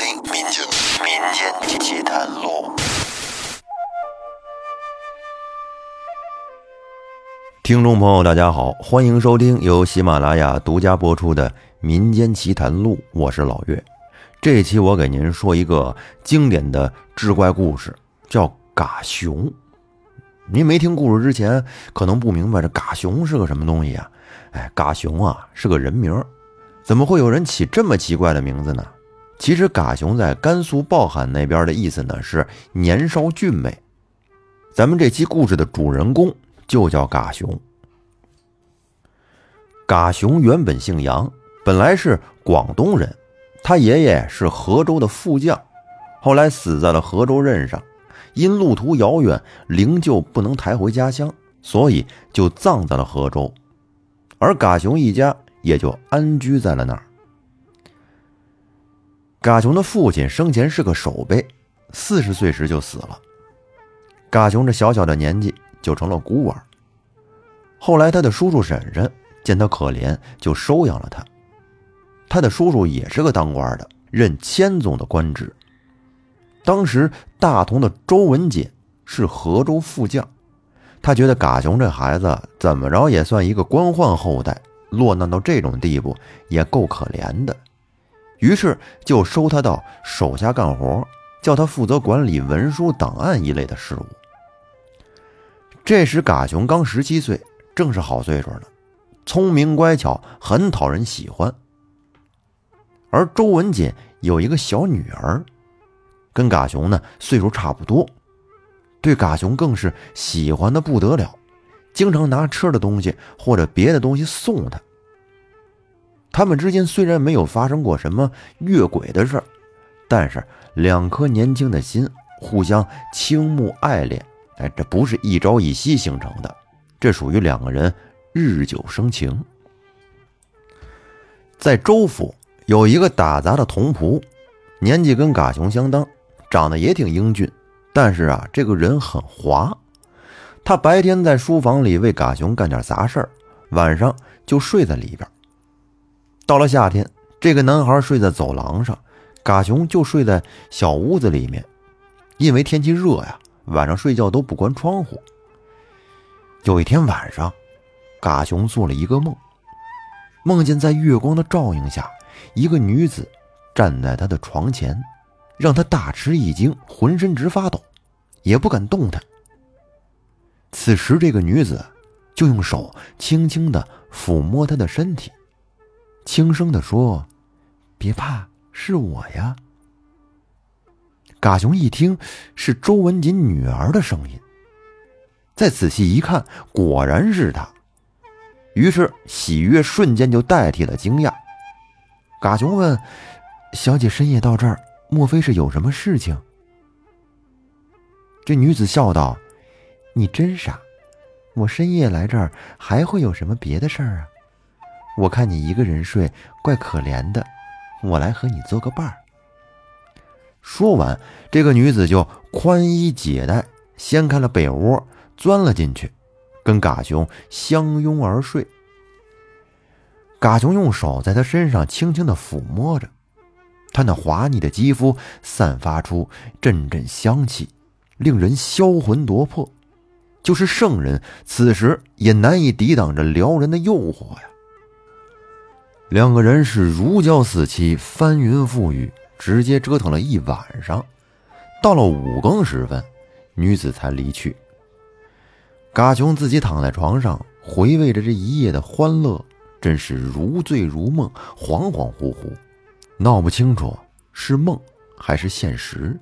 民间奇谈录。听众朋友大家好，欢迎收听由喜马拉雅独家播出的民间奇谈录，我是老岳。这一期我给您说一个经典的志怪故事，叫嘎熊。您没听故事之前可能不明白这嘎熊是个什么东西啊。嘎熊啊是个人名，怎么会有人起这么奇怪的名字呢？其实嘎熊在甘肃报罕那边的意思呢是年少俊美。咱们这期故事的主人公就叫嘎熊。嘎熊原本姓杨，本来是广东人，他爷爷是河州的副将，后来死在了河州任上，因路途遥远，灵柩不能抬回家乡，所以就葬在了河州，而嘎熊一家也就安居在了那儿。嘎熊的父亲生前是个守备，40岁时就死了，嘎熊这小小的年纪就成了孤儿。后来他的叔叔婶婶见他可怜，就收养了他。他的叔叔也是个当官的，任千总的官职。当时大同的周文锦是河州副将，他觉得嘎熊这孩子怎么着也算一个官宦后代，落难到这种地步也够可怜的，于是就收他到手下干活，叫他负责管理文书档案一类的事务。这时嘎熊刚17岁，正是好岁数呢，聪明乖巧，很讨人喜欢。而周文锦有一个小女儿，跟嘎熊呢岁数差不多，对嘎熊更是喜欢的不得了，经常拿吃的东西或者别的东西送他。他们之间虽然没有发生过什么越轨的事儿，但是两颗年轻的心互相倾慕爱恋，这不是一朝一夕形成的，这属于两个人日久生情。在州府有一个打杂的童仆，年纪跟嘎熊相当，长得也挺英俊，但是这个人很滑。他白天在书房里为嘎熊干点杂事儿，晚上就睡在里边。到了夏天，这个男孩睡在走廊上，嘎熊就睡在小屋子里面。因为天气热呀，晚上睡觉都不关窗户。有一天晚上，嘎熊做了一个梦，梦见在月光的照映下，一个女子站在他的床前，让他大吃一惊，浑身直发抖，也不敢动弹。此时这个女子就用手轻轻地抚摸他的身体，轻声地说：“别怕，是我呀。”嘎熊一听是周文锦女儿的声音，再仔细一看，果然是她，于是喜悦瞬间就代替了惊讶。嘎熊问：“小姐深夜到这儿，莫非是有什么事情？”这女子笑道：“你真傻，我深夜来这儿还会有什么别的事儿啊？我看你一个人睡怪可怜的，我来和你做个伴儿。”说完，这个女子就宽衣解带，掀开了被窝，钻了进去，跟嘎熊相拥而睡。嘎熊用手在她身上轻轻地抚摸着，她那滑腻的肌肤散发出阵阵香气，令人销魂夺魄，就是圣人此时也难以抵挡着撩人的诱惑呀。两个人是如胶似漆，翻云覆雨，直接折腾了一晚上。到了5更时分，女子才离去。嘎熊自己躺在床上，回味着这一夜的欢乐，真是如醉如梦，恍恍惚惚，闹不清楚是梦还是现实。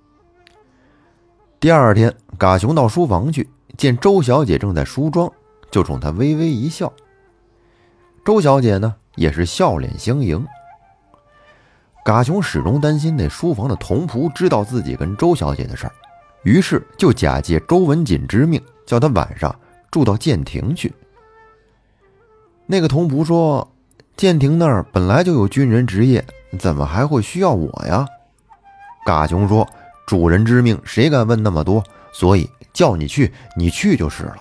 第二天，嘎熊到书房去，见周小姐正在梳妆，就冲她微微一笑。周小姐呢也是笑脸相迎。嘎熊始终担心那书房的童仆知道自己跟周小姐的事儿，于是就假借周文锦之命，叫他晚上住到建亭去。那个童仆说：“建亭那儿本来就有军人值夜，怎么还会需要我呀？”嘎熊说：“主人之命，谁敢问那么多？所以叫你去，你去就是了。”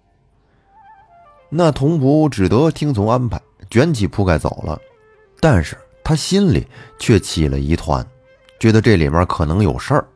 那童仆只得听从安排，卷起铺盖走了。但是他心里却起了一团， 觉得这里面可能有事儿。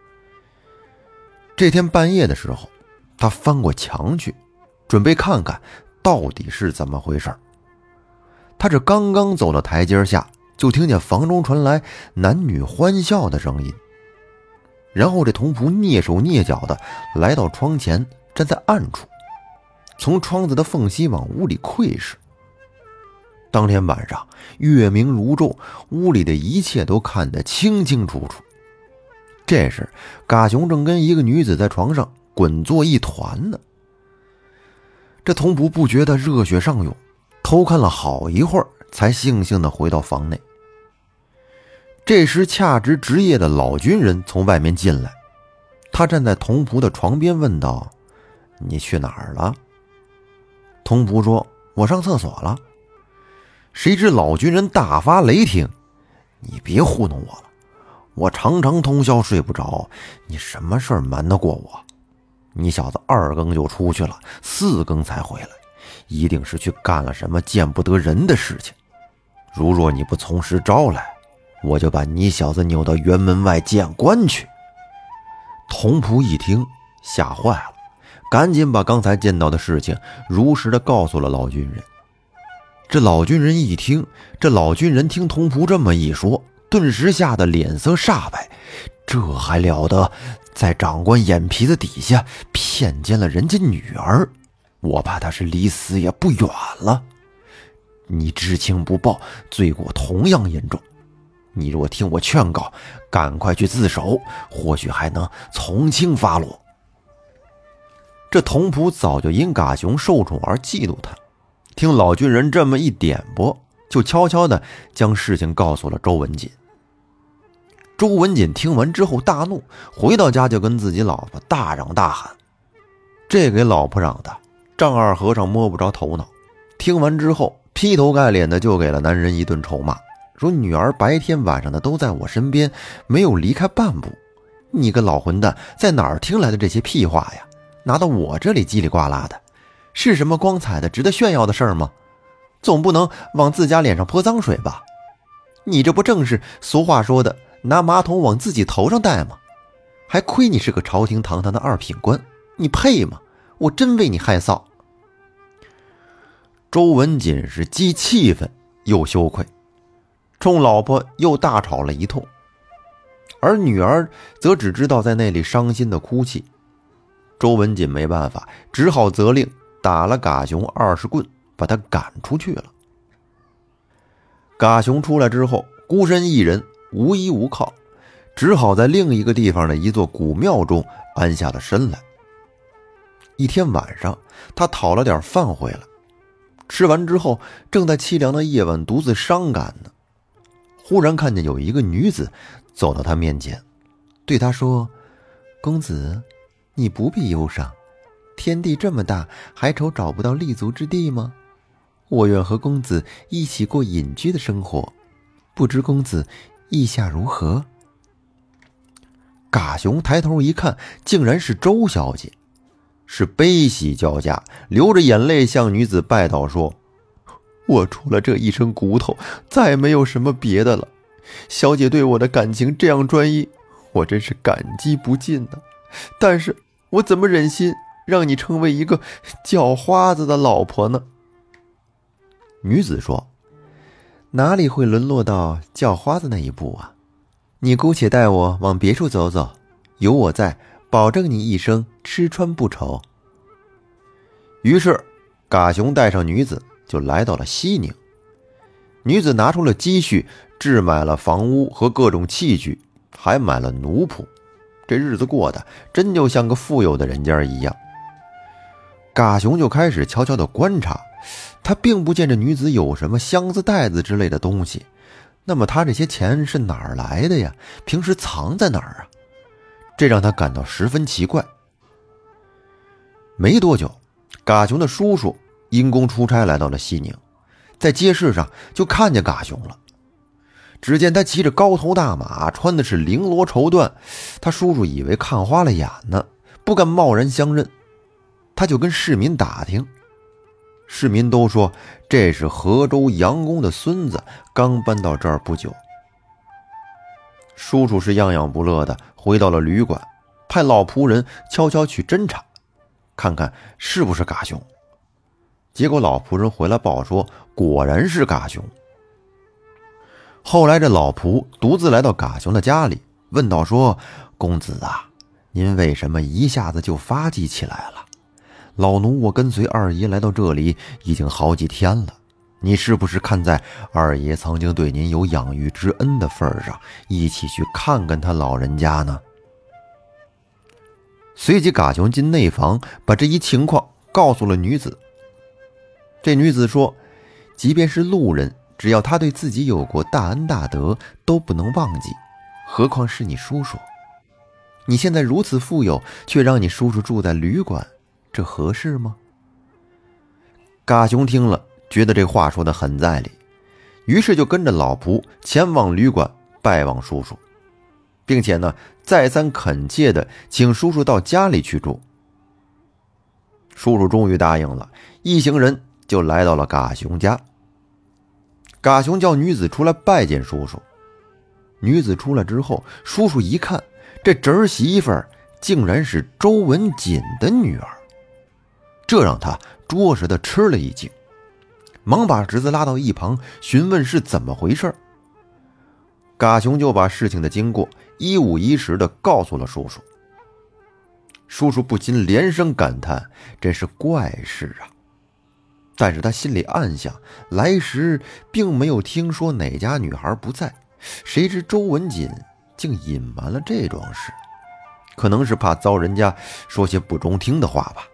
这天半夜的时候，他翻过墙去，准备看看到底是怎么回事。他这刚刚走到台阶下，就听见房中传来男女欢笑的声音。然后这童仆蹑手蹑脚的来到窗前，站在暗处，从窗子的缝隙往屋里窥视。当天晚上月明如昼，屋里的一切都看得清清楚楚。这时嘎熊正跟一个女子在床上滚作一团呢。这童仆不觉得热血上涌，偷看了好一会儿，才悻悻地回到房内。这时恰值值夜的老军人从外面进来，他站在童仆的床边问道：“你去哪儿了？”童仆说：“我上厕所了。”谁知老军人大发雷霆：“你别糊弄我了，我常常通宵睡不着，你什么事儿瞒得过我？你小子2更就出去了，4更才回来，一定是去干了什么见不得人的事情。如若你不从实招来，我就把你小子扭到辕门外见官去。”童仆一听吓坏了，赶紧把刚才见到的事情如实的告诉了老军人。这老军人一听，听童仆这么一说，顿时吓得脸色煞白。这还了得，在长官眼皮子底下骗奸了人家女儿，我怕他是离死也不远了。你知情不报，罪过同样严重。你若听我劝告，赶快去自首，或许还能从轻发落。这童仆早就因嘎熊受宠而嫉妒他，听老军人这么一点拨，就悄悄地将事情告诉了周文锦。周文锦听完之后大怒，回到家就跟自己老婆大嚷大喊。这给老婆嚷的丈二和尚摸不着头脑，听完之后劈头盖脸的就给了男人一顿臭骂，说女儿白天晚上的都在我身边，没有离开半步。你个老混蛋，在哪儿听来的这些屁话呀？拿到我这里叽里呱啦的，是什么光彩的值得炫耀的事儿吗？总不能往自家脸上泼脏水吧？你这不正是俗话说的拿马桶往自己头上带吗？还亏你是个朝廷堂堂的2品官，你配吗？我真为你害臊。周文锦是既气愤又羞愧，冲老婆又大吵了一通，而女儿则只知道在那里伤心的哭泣。周文锦没办法，只好责令打了嘎熊20棍，把他赶出去了。嘎熊出来之后，孤身一人，无依无靠，只好在另一个地方的一座古庙中安下了身来。一天晚上，他讨了点饭回来，吃完之后，正在凄凉的夜晚独自伤感呢，忽然看见有一个女子走到他面前，对他说：“公子，你不必忧伤，天地这么大，还愁找不到立足之地吗？我愿和公子一起过隐居的生活，不知公子意下如何？”嘎熊抬头一看，竟然是周小姐，是悲喜交加，流着眼泪向女子拜倒说：“我除了这一身骨头，再没有什么别的了。小姐对我的感情这样专一，我真是感激不尽呢。但是我怎么忍心让你成为一个叫花子的老婆呢？”女子说：“哪里会沦落到叫花子那一步啊？你姑且带我往别处走走，有我在，保证你一生吃穿不愁。”于是嘎熊带上女子就来到了西宁。女子拿出了积蓄，置买了房屋和各种器具，还买了奴仆，这日子过得真就像个富有的人家一样。嘎熊就开始悄悄地观察，他并不见这女子有什么箱子袋子之类的东西，那么他这些钱是哪儿来的呀？平时藏在哪儿啊？这让他感到十分奇怪。没多久，嘎熊的叔叔因公出差来到了西宁，在街市上就看见嘎熊了。只见他骑着高头大马，穿的是绫罗绸缎，他叔叔以为看花了眼呢，不敢贸然相认。他就跟市民打听，市民都说这是河州杨公的孙子，刚搬到这儿不久。 叔叔是样样不乐的回到了旅馆，派老仆人悄悄去侦查，看看是不是嘎熊。结果老仆人回来报说，果然是嘎熊。后来这老仆独自来到嘎熊的家里，问道说，公子啊，您为什么一下子就发迹起来了？老奴我跟随二爷来到这里已经好几天了，你是不是看在二爷曾经对您有养育之恩的份上，一起去看看他老人家呢？随即嘎熊进内房，把这一情况告诉了女子。这女子说，即便是路人，只要他对自己有过大恩大德，都不能忘记，何况是你叔叔。你现在如此富有，却让你叔叔住在旅馆，这合适吗？嘎熊听了，觉得这话说得很在理，于是就跟着老仆前往旅馆拜望叔叔，并且呢，再三恳切地请叔叔到家里去住。叔叔终于答应了，一行人就来到了嘎熊家。嘎熊叫女子出来拜见叔叔。女子出来之后，叔叔一看，这侄儿媳妇儿竟然是周文锦的女儿，这让他着实的吃了一惊，忙把侄子拉到一旁询问是怎么回事。嘎熊就把事情的经过一五一十的告诉了叔叔。叔叔不禁连声感叹，真是怪事啊。但是他心里暗想，来时并没有听说哪家女孩不在，谁知周文锦竟隐瞒了这桩事，可能是怕遭人家说些不中听的话吧。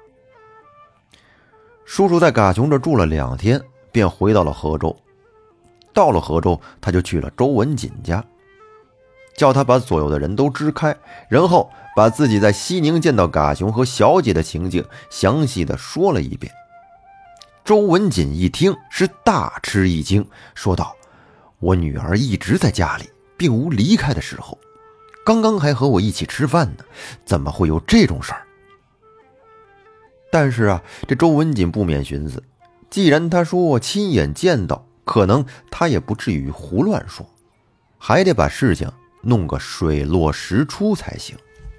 叔叔在嘎熊这住了2天，便回到了河州。到了河州，他就去了周文锦家，叫他把所有的人都支开，然后把自己在西宁见到嘎熊和小姐的情景详细的说了一遍。周文锦一听是大吃一惊，说道，我女儿一直在家里，并无离开的时候，刚刚还和我一起吃饭呢，怎么会有这种事儿？但是啊，这周文锦不免寻思，既然他说亲眼见到，可能他也不至于胡乱说，还得把事情弄个水落石出才行。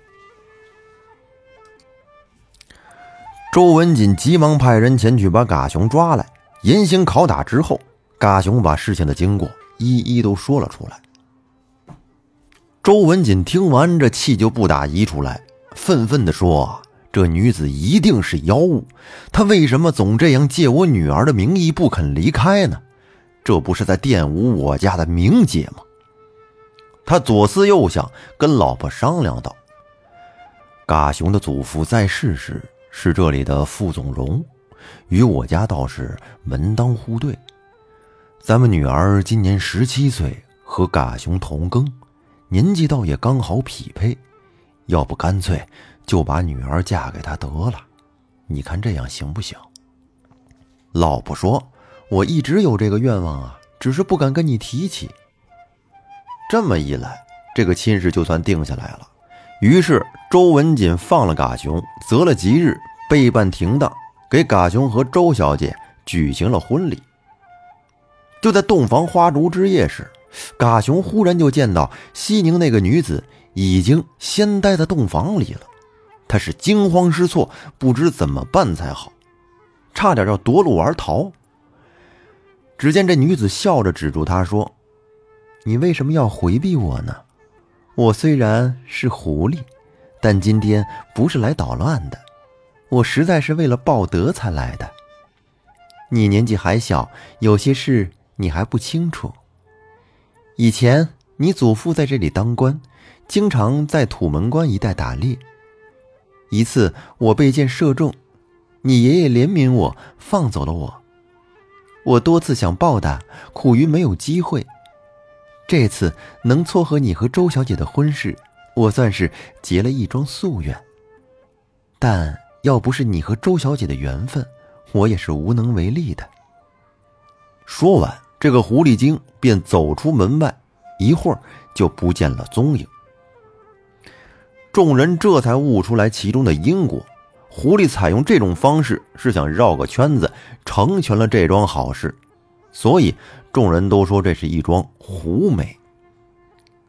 周文锦急忙派人前去把嘎熊抓来，严刑拷打之后，嘎熊把事情的经过一一都说了出来。周文锦听完，这气就不打一处来，愤愤地说，这女子一定是妖物，她为什么总这样借我女儿的名义不肯离开呢？这不是在玷污我家的名节吗？他左思右想，跟老婆商量道，嘎熊的祖父在世时是这里的副总荣，与我家倒是门当户对。咱们女儿今年17岁，和嘎熊同庚，年纪倒也刚好匹配，要不干脆就把女儿嫁给他得了，你看这样行不行？老婆说，我一直有这个愿望啊，只是不敢跟你提起。这么一来，这个亲事就算定下来了。于是周文锦放了嘎熊，择了吉日，备办停当，给嘎熊和周小姐举行了婚礼。就在洞房花烛之夜时，嘎熊忽然就见到西宁那个女子已经先待在洞房里了，他是惊慌失措，不知怎么办才好，差点要夺路而逃。只见这女子笑着指住他说，你为什么要回避我呢？我虽然是狐狸，但今天不是来捣乱的，我实在是为了报德才来的。你年纪还小，有些事你还不清楚。以前你祖父在这里当官，经常在土门关一带打猎。一次我被箭射中，你爷爷怜悯我，放走了我。我多次想报答，苦于没有机会。这次能撮合你和周小姐的婚事，我算是结了一桩夙愿。但要不是你和周小姐的缘分，我也是无能为力的。说完，这个狐狸精便走出门外，一会儿就不见了踪影。众人这才悟出来其中的因果，狐狸采用这种方式是想绕个圈子，成全了这桩好事，所以众人都说这是一桩狐眉。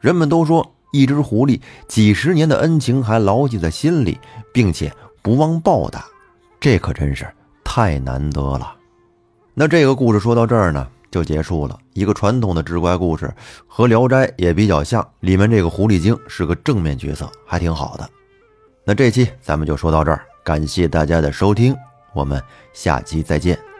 人们都说一只狐狸几十年的恩情还牢记在心里，并且不忘报答，这可真是太难得了。那这个故事说到这儿呢就结束了，一个传统的志怪故事，和聊斋也比较像，里面这个狐狸精是个正面角色，还挺好的。那这期咱们就说到这儿，感谢大家的收听，我们下期再见。